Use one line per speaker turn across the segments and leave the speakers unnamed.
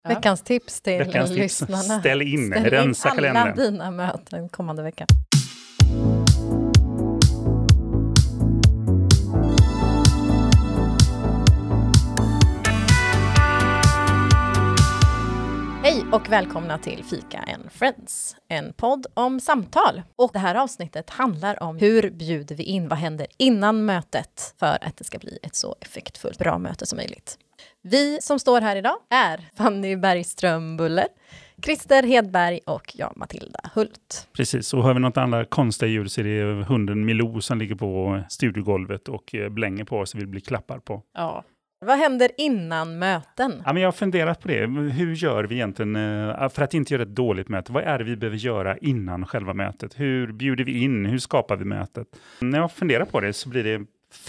Veckans tips till lyssnarna.
Ställ in rensa kalendern.
Alla dina möten kommande vecka. Hej och välkomna till Fika and Friends, en podd om samtal. Och det här avsnittet handlar om hur bjuder vi in, vad händer innan mötet för att det ska bli ett så effektfullt, bra möte som möjligt. Vi som står här idag är Fanny Bergström Buller, Christer Hedberg och jag, Matilda Hult.
Precis, och har vi något andra konstiga ljud så är det hunden Milou som ligger på studiogolvet och blänger på oss och vill bli klappad på.
Ja. Vad händer innan möten?
Ja, men jag har funderat på det. Hur gör vi egentligen för att inte göra ett dåligt möte? Vad är det vi behöver göra innan själva mötet? Hur bjuder vi in? Hur skapar vi mötet? När jag funderar på det så blir det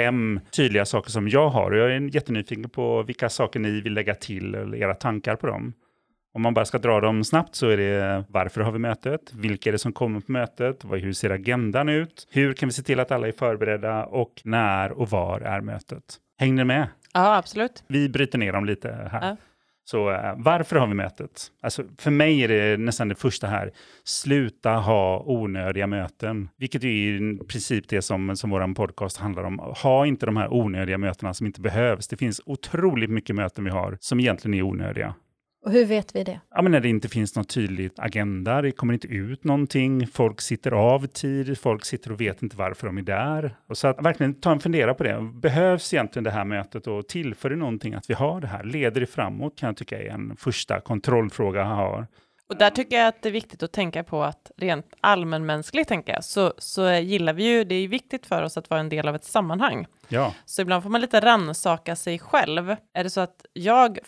5 tydliga saker som jag har. Och jag är jättenyfiken på vilka saker ni vill lägga till eller era tankar på dem. Om man bara ska dra dem snabbt så är det: varför har vi mötet? Vilka är det som kommer på mötet? Hur ser agendan ut? Hur kan vi se till att alla är förberedda? Och när och var är mötet? Hänger ni med?
Ja, absolut.
Vi bryter ner dem lite här.
Ja.
Så varför har vi mötet? Alltså, för mig är det nästan det första här. Sluta ha onödiga möten. Vilket är i princip det som vår podcast handlar om. Ha inte de här onödiga mötena som inte behövs. Det finns otroligt mycket möten vi har som egentligen är onödiga.
Och hur vet vi det?
Ja, men när det inte finns någon tydlig agenda, det kommer inte ut någonting, folk sitter av tid, folk sitter och vet inte varför de är där. Och så att verkligen ta en fundera på det. Behövs egentligen det här mötet och tillför det någonting att vi har det här? Leder det framåt, kan jag tycka är en första kontrollfråga jag har.
Och där tycker jag att det är viktigt att tänka på att rent allmänmänskligt tänker jag, så gillar vi ju, det är viktigt för oss att vara en del av ett sammanhang.
Ja.
Så ibland får man lite rannsaka sig själv. Är det så att jag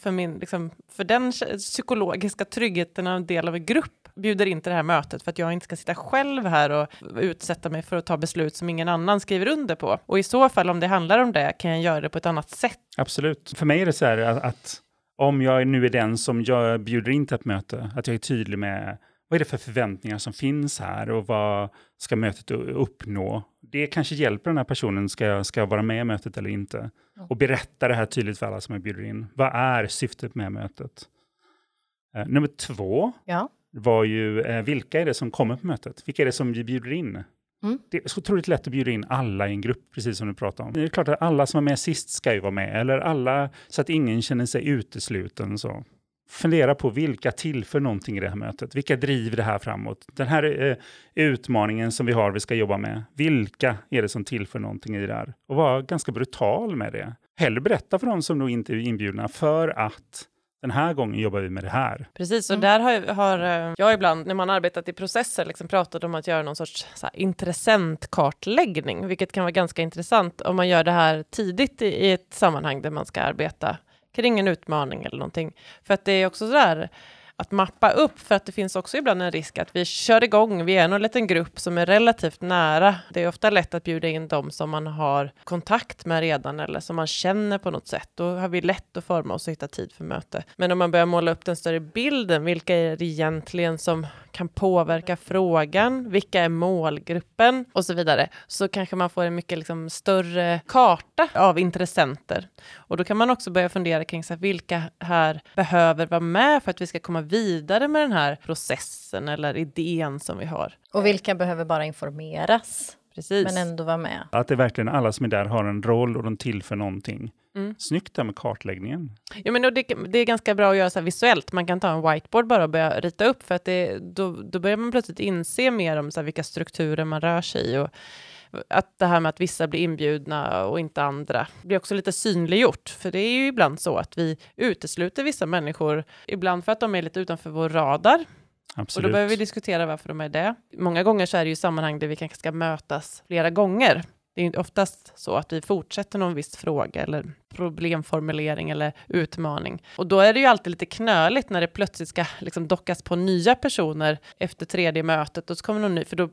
för den psykologiska tryggheten av en del av en grupp bjuder in till det här mötet för att jag inte ska sitta själv här och utsätta mig för att ta beslut som ingen annan skriver under på. Och i så fall, om det handlar om det, kan jag göra det på ett annat sätt.
Absolut. För mig är det så här att om jag nu är den som jag bjuder in till ett möte, att jag är tydlig med vad är det för förväntningar som finns här och vad ska mötet uppnå. Det kanske hjälper den här personen, ska vara med i mötet eller inte. Och berätta det här tydligt för alla som jag bjuder in. Vad är syftet med mötet? Nummer 2 var ju, vilka är det som kommer på mötet? Vilka är det som vi bjuder in? Det är så otroligt lätt att bjuda in alla i en grupp, precis som du pratade om. Det är klart att alla som var med sist ska ju vara med. Eller alla, så att ingen känner sig utesluten. Så. Fundera på vilka tillför någonting i det här mötet. Vilka driver det här framåt? Den här utmaningen som vi ska jobba med. Vilka är det som tillför någonting i det här? Och vara ganska brutal med det. Hellre berätta för dem som nog inte är inbjudna för att den här gången jobbar vi med det här.
Precis, och där har jag ibland, när man arbetat i processer, pratat om att göra någon sorts intressentkartläggning, vilket kan vara ganska intressant om man gör det här tidigt i ett sammanhang där man ska arbeta kring en utmaning eller någonting. För att det är också sådär att mappa upp, för att det finns också ibland en risk att vi kör igång, vi är en liten grupp som är relativt nära. Det är ofta lätt att bjuda in dem som man har kontakt med redan eller som man känner på något sätt. Då har vi lätt att forma oss och hitta tid för möte. Men om man börjar måla upp den större bilden, vilka är det egentligen som kan påverka frågan, vilka är målgruppen och så vidare, så kanske man får en mycket större karta av intressenter. Och då kan man också börja fundera kring vilka här behöver vara med för att vi ska komma vidare med den här processen eller idén som vi har.
Och vilka behöver bara informeras.
Precis.
Men ändå vara med.
Att det verkligen alla som är där har en roll och de tillför någonting. Snyggt där med kartläggningen.
Ja, men det är ganska bra att göra så här visuellt. Man kan ta en whiteboard bara och börja rita upp, för att då börjar man plötsligt inse mer om vilka strukturer man rör sig i, och att det här med att vissa blir inbjudna och inte andra blir också lite synliggjort. För det är ju ibland så att vi utesluter vissa människor, ibland för att de är lite utanför vår radar.
Absolut.
Och då behöver vi diskutera varför de är det. Många gånger så är det ju sammanhang där vi kanske ska mötas flera gånger. Det är oftast så att vi fortsätter någon viss fråga eller problemformulering eller utmaning. Och då är det ju alltid lite knöligt när det plötsligt ska dockas på nya personer efter 3:e mötet. Och så kommer någon ny, för då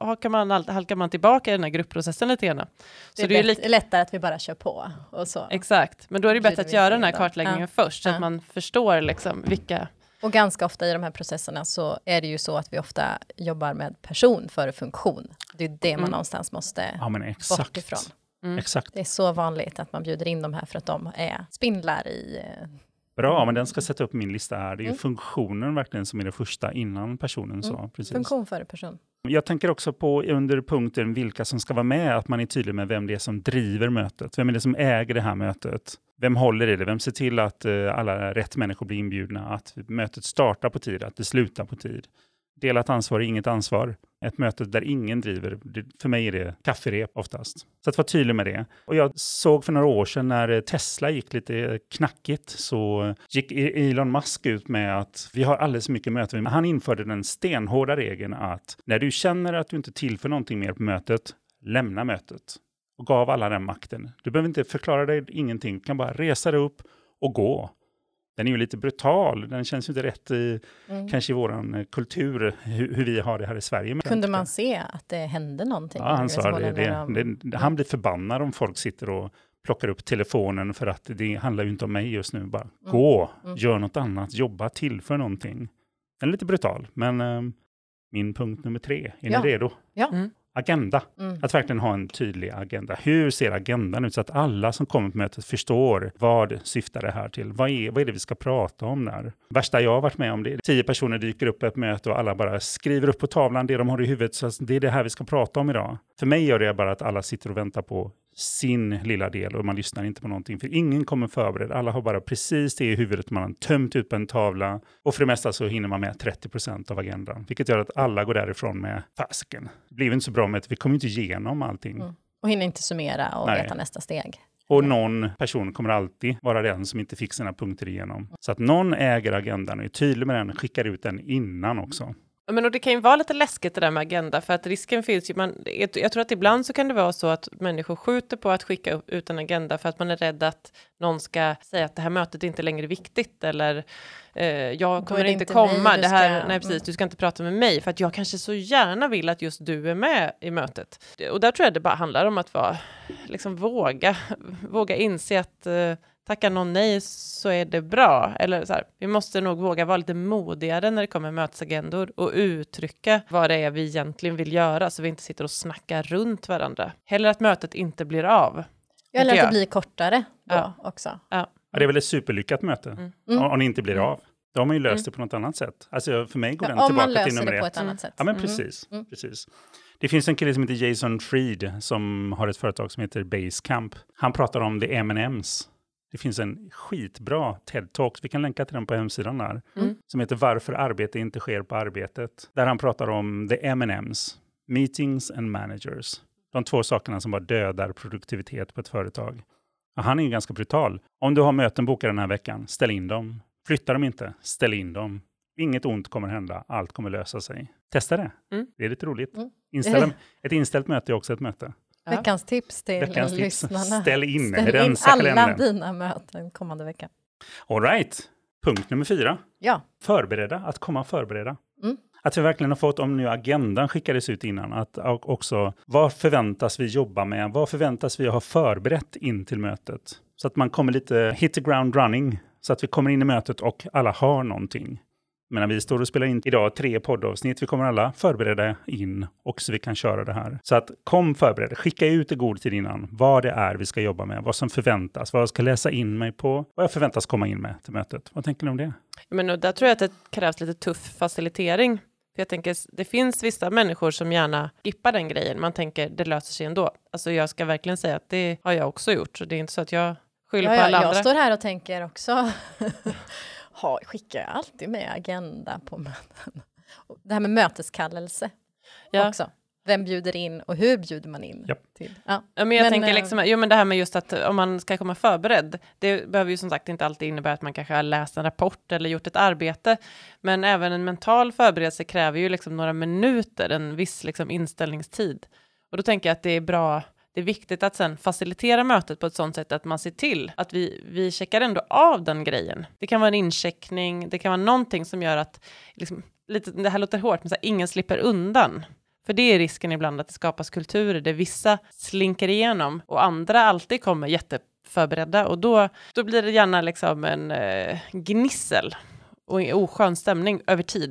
halkar man tillbaka i den här gruppprocessen lite grann. Så
det är lättare att vi bara kör på och så.
Exakt, men då är det bättre att göra den här kartläggningen först, så att man förstår vilka.
Och ganska ofta i de här processerna så är det ju så att vi ofta jobbar med person före funktion. Det är det man någonstans måste bort ifrån.
Exakt.
Det är så vanligt att man bjuder in de här för att de är spindlar i
Bra, men den ska sätta upp min lista här. Det är ju funktionen verkligen som är det första innan personen sa. Precis.
Funktion före person.
Jag tänker också på under punkten vilka som ska vara med, att man är tydlig med vem det är som driver mötet. Vem är det som äger det här mötet? Vem håller i det? Vem ser till att alla rätt människor blir inbjudna? Att mötet startar på tid, att det slutar på tid. Delat ansvar är inget ansvar. Ett möte där ingen driver, för mig är det kafferep oftast. Så att vara tydlig med det. Och jag såg för några år sedan när Tesla gick lite knackigt, så gick Elon Musk ut med att vi har alldeles mycket möten. Han införde den stenhårda regeln att när du känner att du inte tillför någonting mer på mötet, lämna mötet. Och gav alla den makten. Du behöver inte förklara dig ingenting, du kan bara resa dig upp och gå. Den är ju lite brutal. Den känns ju inte rätt i kanske i våran kultur, hur vi har det här i Sverige.
Kunde man se att det hände någonting?
Ja, han sa det. Han blir förbannad om folk sitter och plockar upp telefonen, för att det handlar ju inte om mig just nu. Bara gå, gör något annat, jobba till för någonting. Den är lite brutal, men min punkt nummer 3. Är ni redo?
Ja.
Agenda. Att verkligen ha en tydlig agenda. Hur ser agendan ut så att alla som kommer på mötet förstår vad syftar det här till? Vad är det vi ska prata om där? Värsta jag har varit med om det är 10 personer dyker upp på ett möte och alla bara skriver upp på tavlan det de har i huvudet. Så det är det här vi ska prata om idag. För mig gör det bara att alla sitter och väntar på sin lilla del och man lyssnar inte på någonting. För ingen kommer förberedd. Alla har bara precis det i huvudet man har tömt ut på en tavla. Och för det mesta så hinner man med 30% av agendan. Vilket gör att alla går därifrån med fasken. Det blir inte så bra med att vi kommer inte igenom allting.
Och hinner inte summera och veta nästa steg.
Och någon person kommer alltid vara den som inte fick sina punkter igenom. Så att någon äger agendan och är tydlig med den, skickar ut den innan också.
Men och det kan ju vara lite läskigt det där med agenda, för att risken finns ju, jag tror att ibland så kan det vara så att människor skjuter på att skicka ut en agenda för att man är rädd att någon ska säga att det här mötet inte längre är viktigt, eller jag kommer inte komma, det här, nej precis, du ska inte prata med mig för att jag kanske så gärna vill att just du är med i mötet. Och där tror jag det bara handlar om att vara, liksom våga inse att tackar någon nej så är det bra. Eller så här, vi måste nog våga vara lite modigare när det kommer mötesagendor och uttrycka vad det är vi egentligen vill göra, så vi inte sitter och snackar runt varandra. Heller att mötet inte blir av.
Eller att det blir kortare då också.
Ja, det är väl ett superlyckat möte om det inte blir av. Då har man ju löst det på något annat sätt. Alltså för mig går den tillbaka till nummer 1.
På ett annat sätt.
Ja, men precis. Det finns en kille som heter Jason Fried som har ett företag som heter Basecamp. Han pratar om the M&M's. Det finns en skitbra TED-talk, vi kan länka till den på hemsidan där, som heter Varför arbete inte sker på arbetet. Där han pratar om the M&M's, meetings and managers. De 2 sakerna som bara dödar produktivitet på ett företag. Och han är ju ganska brutal. Om du har möten bokade den här veckan, ställ in dem. Flytta dem inte, ställ in dem. Inget ont kommer hända, allt kommer lösa sig. Testa det, det är lite roligt. Ett inställt möte är också ett möte.
Veckans tips till lyssnarna.
Ställ in
alla dina möten kommande vecka.
All right. Punkt nummer 4.
Ja.
Förbereda, att komma förbereda. Att vi verkligen har fått, om nu agendan skickades ut innan, att också vad förväntas vi jobba med? Vad förväntas vi ha förberett in till mötet? Så att man kommer lite hit the ground running. Så att vi kommer in i mötet och alla har någonting. Men när vi står och spelar in idag 3 poddavsnitt, vi kommer alla förbereda in och så vi kan köra det här. Så att kom förbereda, skicka ut i god tid innan vad det är vi ska jobba med, vad som förväntas, vad jag ska läsa in mig på, vad jag förväntas komma in med till mötet. Vad tänker ni om det?
Men där tror jag att det krävs lite tuff facilitering. För jag tänker, det finns vissa människor som gärna skippar den grejen. Man tänker, det löser sig ändå. Alltså jag ska verkligen säga att det har jag också gjort. Så det är inte så att jag skyller på alla andra.
Jag står här och tänker också... skickar jag alltid med agenda på möten. Det här med möteskallelse också. Vem bjuder in och hur bjuder man in? Till? Ja.
Men jag tänker liksom, men det här med just att om man ska komma förberedd, det behöver ju som sagt inte alltid innebära att man kanske har läst en rapport eller gjort ett arbete, men även en mental förberedelse kräver ju liksom några minuter, en viss liksom inställningstid. Och då tänker jag att det är bra, det är viktigt att sen facilitera mötet på ett sånt sätt att man ser till att vi checkar ändå av den grejen. Det kan vara en incheckning, det kan vara någonting som gör att, liksom, det här låter hårt, men så här, ingen slipper undan. För det är risken ibland att det skapas kulturer där vissa slinker igenom och andra alltid kommer jätteförberedda. Och då blir det gärna liksom en gnissel och en oskön stämning över tid.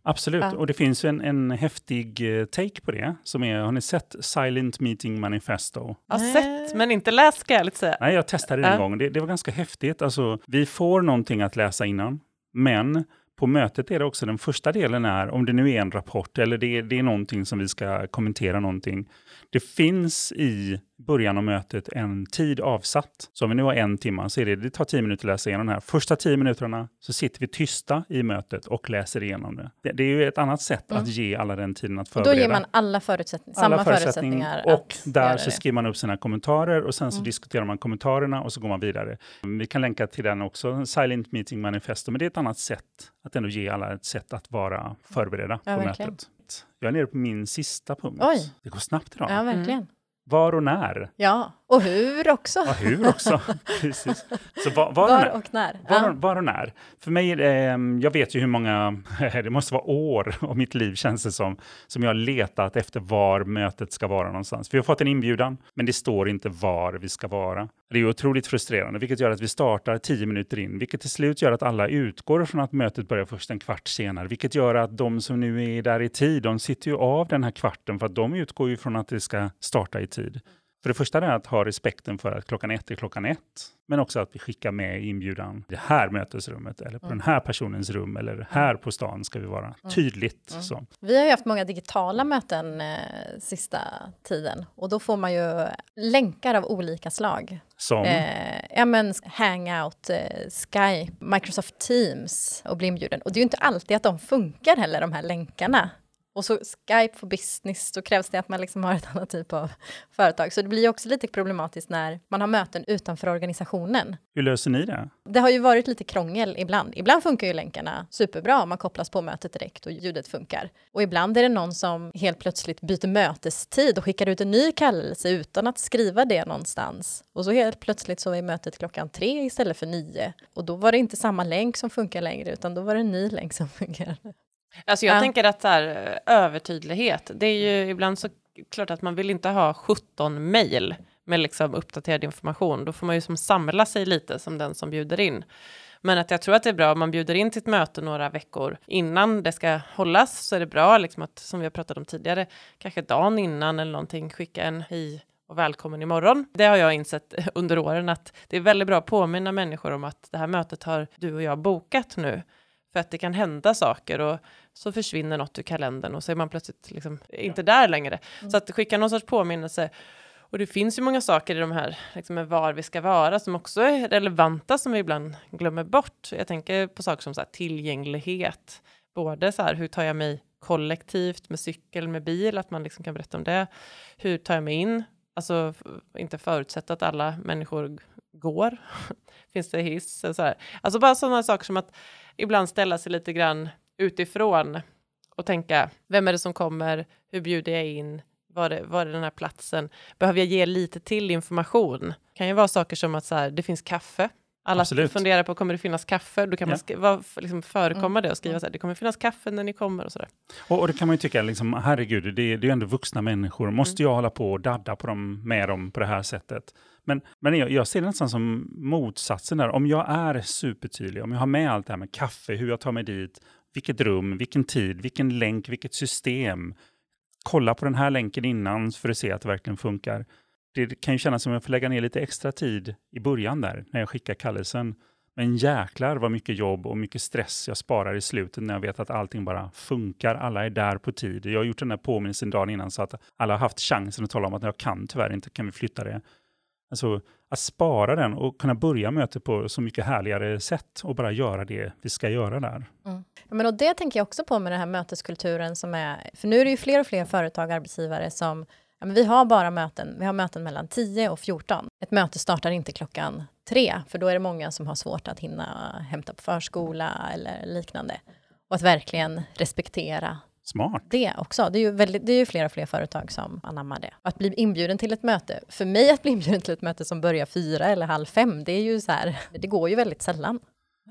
Absolut,
Ja.
och det finns ju en häftig take på det. Som är, har ni sett Silent Meeting Manifesto?
Jag har sett, men inte läst ska jag ärligt säga.
Nej, jag testade det en gång. Det var ganska häftigt. Alltså, vi får någonting att läsa innan, men på mötet är det också den första delen är, om det nu är en rapport eller det är någonting som vi ska kommentera någonting. Det finns i början av mötet en tid avsatt. Så om vi nu har 1 timme så är det tar 10 minuter att läsa igenom den här. Första 10 minuterna så sitter vi tysta i mötet och läser igenom det. Det är ju ett annat sätt att ge alla den tiden att förbereda.
Och då ger man alla förutsättningar.
Och där så skriver man upp sina kommentarer och sen så diskuterar man kommentarerna och så går man vidare. Vi kan länka till den också, Silent Meeting Manifesto, men det är ett annat sätt att ändå ge alla ett sätt att vara förberedda på
verkligen.
mötet. Jag är nere på min sista punkt.
Oj.
Det går snabbt idag.
Ja, verkligen.
Var och när?
Ja, och hur också.
Ja, hur också. Precis. Så var
och när.
Var och när. För mig är det, jag vet ju hur många, det måste vara år av mitt liv känns det som jag har letat efter var mötet ska vara någonstans. Vi har fått en inbjudan, men det står inte var vi ska vara. Det är ju otroligt frustrerande, vilket gör att vi startar 10 minuter in, vilket till slut gör att alla utgår från att mötet börjar först en kvart senare, vilket gör att de som nu är där i tid, de sitter ju av den här kvarten för att de utgår ju från att det ska starta i tid. För det första är att ha respekten för att 1:00 är 1:00, men också att vi skickar med inbjudan i det här mötesrummet eller på den här personens rum eller här på stan ska vi vara tydligt. Så.
Vi har ju haft många digitala möten sista tiden och då får man ju länkar av olika slag.
Som?
Hangout, Skype, Microsoft Teams och bli inbjuden. Och det är ju inte alltid att de funkar heller, de här länkarna. Och så Skype for business, då krävs det att man liksom har ett annat typ av företag. Så det blir ju också lite problematiskt när man har möten utanför organisationen.
Hur löser ni det?
Det har ju varit lite krångel ibland. Ibland funkar ju länkarna superbra om man kopplas på mötet direkt och ljudet funkar. Och ibland är det någon som helt plötsligt byter mötestid och skickar ut en ny kallelse utan att skriva det någonstans. Och så helt plötsligt så är mötet 3:00 istället för 9. Och då var det inte samma länk som funkar längre utan då var det en ny länk som funkar.
Alltså jag tänker att så här, övertydlighet, det är ju ibland så klart att man vill inte ha 17 mejl med liksom uppdaterad information. Då får man ju som samla sig lite som den som bjuder in. Men att jag tror att det är bra om man bjuder in till ett möte några veckor innan det ska hållas, så är det bra liksom att, som vi har pratat om tidigare, kanske dagen innan eller någonting, skicka en hej och välkommen imorgon. Det har jag insett under åren att det är väldigt bra att påminna människor om att det här mötet har du och jag bokat nu. För att det kan hända saker och så försvinner något ur kalendern och så är man plötsligt liksom inte där längre. Så att skicka någon sorts påminnelse. Och det finns ju många saker i de här liksom med var vi ska vara som också är relevanta som vi ibland glömmer bort. Jag tänker på saker som så här, tillgänglighet. Både så här, hur tar jag mig kollektivt med cykel, med bil, att man liksom kan berätta om det. Hur tar jag mig in? Alltså inte förutsätta att alla människor går. Finns det hiss? Så här. Alltså bara sådana saker som att ibland ställa sig lite grann utifrån och tänka, vem är det som kommer? Hur bjuder jag in? Var är den här platsen? Behöver jag ge lite till information? Det kan ju vara saker som att så här, det finns kaffe. Alla funderar på, kommer det finnas kaffe? Då kan man liksom förekomma det och skriva så här, det kommer finnas kaffe när ni kommer och sådär.
Och det kan man ju tycka, liksom, herregud, det är ju ändå vuxna människor. Måste jag hålla på och dadda på med dem på det här sättet? Men jag ser det nästan som motsatsen där. Om jag är supertydlig, om jag har med allt det här med kaffe, hur jag tar mig dit, vilket rum, vilken tid, vilken länk, vilket system. Kolla på den här länken innan för att se att det verkligen funkar. Det kan ju kännas som att jag får lägga ner lite extra tid i början där när jag skickar kallelsen. Men jäklar vad mycket jobb och mycket stress jag sparar i slutet när jag vet att allting bara funkar. Alla är där på tid. Jag har gjort den här påminnelsen dagen innan så att alla har haft chansen att tala om att jag kan tyvärr inte, kan vi flytta det. Alltså att spara den och kunna börja mötet på så mycket härligare sätt och bara göra det vi ska göra där.
Ja, men och det tänker jag också på med den här möteskulturen som är, för nu är det ju fler och fler företag, arbetsgivare som, ja, men vi har möten mellan 10 och 14. Ett möte startar inte 3:00, för då är det många som har svårt att hinna hämta på förskola eller liknande. Och att verkligen respektera
Smart.
Det också. Det är ju fler och fler företag som anammar det. Att bli inbjuden till ett möte. För mig att bli inbjuden till ett möte som börjar 4 eller 4:30, det är ju så här, det går ju väldigt sällan.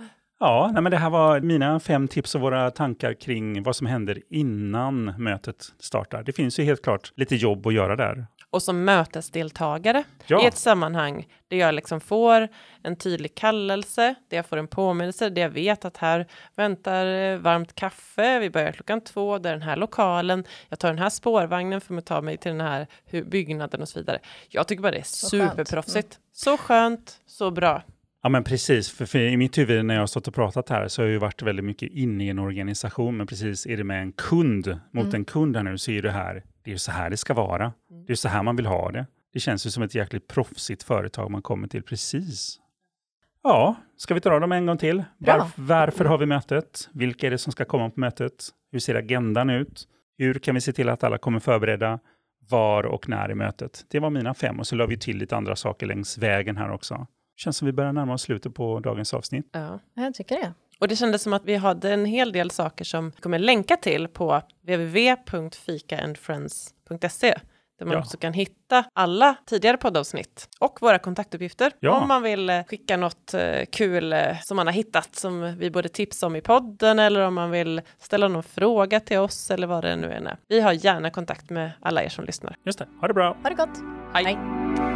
Ja, men det här var mina 5 tips och våra tankar kring vad som händer innan mötet startar. Det finns ju helt klart lite jobb att göra där.
Och som mötesdeltagare
Ja.
i ett sammanhang där jag liksom får en tydlig kallelse, där jag får en påminnelse, där jag vet att här väntar varmt kaffe, vi börjar 2:00, där den här lokalen, jag tar den här spårvagnen för att ta mig till den här byggnaden och så vidare. Jag tycker bara det är superproffsigt. Så skönt, så bra.
Ja, men precis. För i mitt huvud när jag har stått och pratat här så har jag ju varit väldigt mycket inne i en organisation. Men precis, är det med en kund mot en kund här nu så är det är ju så här det ska vara. Det är så här man vill ha det. Det känns ju som ett jäkligt proffsigt företag man kommer till precis. Ja, ska vi ta dem en gång till? Varför har vi mötet? Vilka är det som ska komma på mötet? Hur ser agendan ut? Hur kan vi se till att alla kommer förberedda? Var och när i mötet? Det var mina 5 och så la vi till lite andra saker längs vägen här också. Känns som vi börjar närma oss slutet på dagens avsnitt.
Ja,
jag tycker det.
Och det kändes som att vi hade en hel del saker som kommer länka till på www.fikaandfriends.se där man också kan hitta alla tidigare poddavsnitt och våra kontaktuppgifter.
Ja.
Om man vill skicka något kul som man har hittat som vi borde tipsa om i podden eller om man vill ställa någon fråga till oss eller vad det nu är. Vi har gärna kontakt med alla er som lyssnar.
Just det, ha det bra.
Ha det gott.
Hej.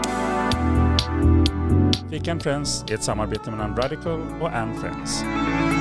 Fika and Friends är ett samarbete mellan Radical och Anne Friends.